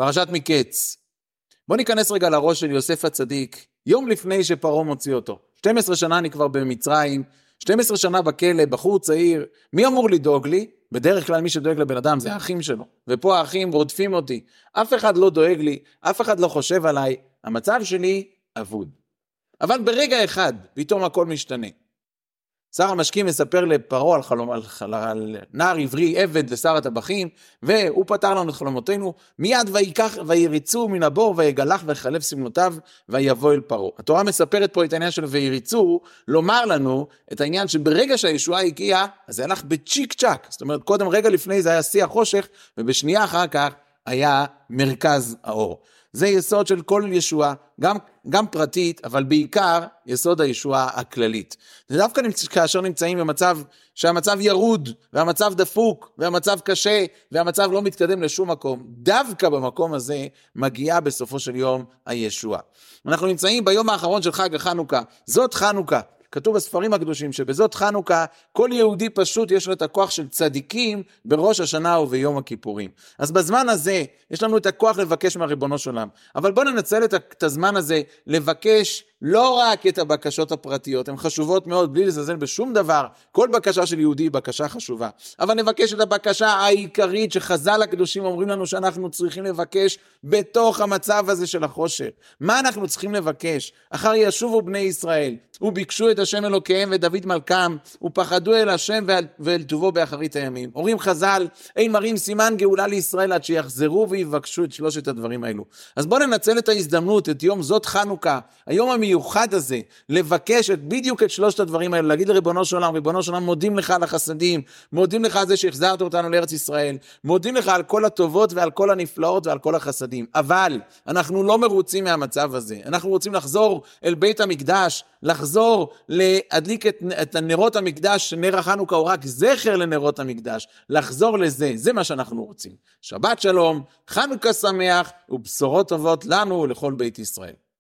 פרשת מקץ. בוא ניכנס רגע לראש של יוסף הצדיק, יום לפני שפרעה מוציא אותו. 12 שנה אני כבר במצרים, 12 שנה בכלא, בחור צעיר, מי אמור לדאוג לי? בדרך כלל מי שדואג לבן אדם זה האחים שלו, ופה האחים רודפים אותי, אף אחד לא דואג לי, אף אחד לא חושב עליי, המצב שלי אבוד. אבל ברגע אחד, פתאום הכל משתנה. שר המשקים מספר לפרעה על נער עברי עבד לשר הטבחים, והוא פתר לנו את חלומותינו, מיד ויריצו מן הבור ויגלח ויחלף סמלותיו ויבוא אל פרעה. התורה מספרת פה את העניין של ויריצו, לומר לנו את העניין שברגע שהישועה הגיעה, אז זה הלך בצ'יק צ'ק, זאת אומרת קודם רגע לפני זה היה שיא החושך, ובשנייה אחר כך היה מרכז האור. זה יסוד של כל ישועה, גם פרטית, אבל בעיקר יסוד הישועה הכללית. זה דווקא כאשר נמצאים במצב שהמצב ירוד, והמצב דפוק, והמצב קשה, והמצב לא מתקדם לשום מקום. דווקא במקום הזה מגיעה בסופו של יום הישועה. אנחנו נמצאים ביום האחרון של חג החנוכה, זאת חנוכה. כתוב בספרים הקדושים שבזאת חנוכה כל יהודי פשוט יש לו את הכוח של צדיקים בראש השנה וביום הכיפורים. אז בזמן הזה יש לנו את הכוח לבקש מהריבונו של עולם. אבל בואו ננצל את הזמן הזה לבקש לא רק את הבקשות הפרטיות, הן חשובות מאוד בלי לזלזל בשום דבר. כל בקשה של יהודי היא בקשה חשובה. אבל נבקש את הבקשה העיקרית שחז"ל הקדושים אומרים לנו שאנחנו צריכים לבקש בתוך המצב הזה של החושך. מה אנחנו צריכים לבקש? אחר ישובו בני ישראל, וביקשו את השם אלוקיהם ודוד מלכם, ופחדו אל השם ואל טובו באחרית הימים. אומרים חז"ל, אין מראים סימן גאולה לישראל עד שיחזרו ויבקשו את שלושת הדברים האלו. אז בואו ננצל את ההזדמנות, את יום זאת חנוכה, היום המיוחד הזה, לבקש בדיוק את שלושת הדברים האלו, להגיד לריבונו של עולם, ריבונו של עולם, מודים לך על החסדים, מודים לך על זה שהחזרת אותנו לארץ ישראל, מודים לך על כל הטובות ועל כל הנפלאות ועל כל החסדים. אבל אנחנו לא מרוצים מהמצב הזה, אנחנו רוצים לחזור אל בית המקדש, לחזור להדליק את נרות המקדש, נר החנוכה הוא רק זכר לנרות המקדש, לחזור לזה, זה מה שאנחנו רוצים. שבת שלום, חנוכה שמח ובשורות טובות לנו ולכל בית ישראל.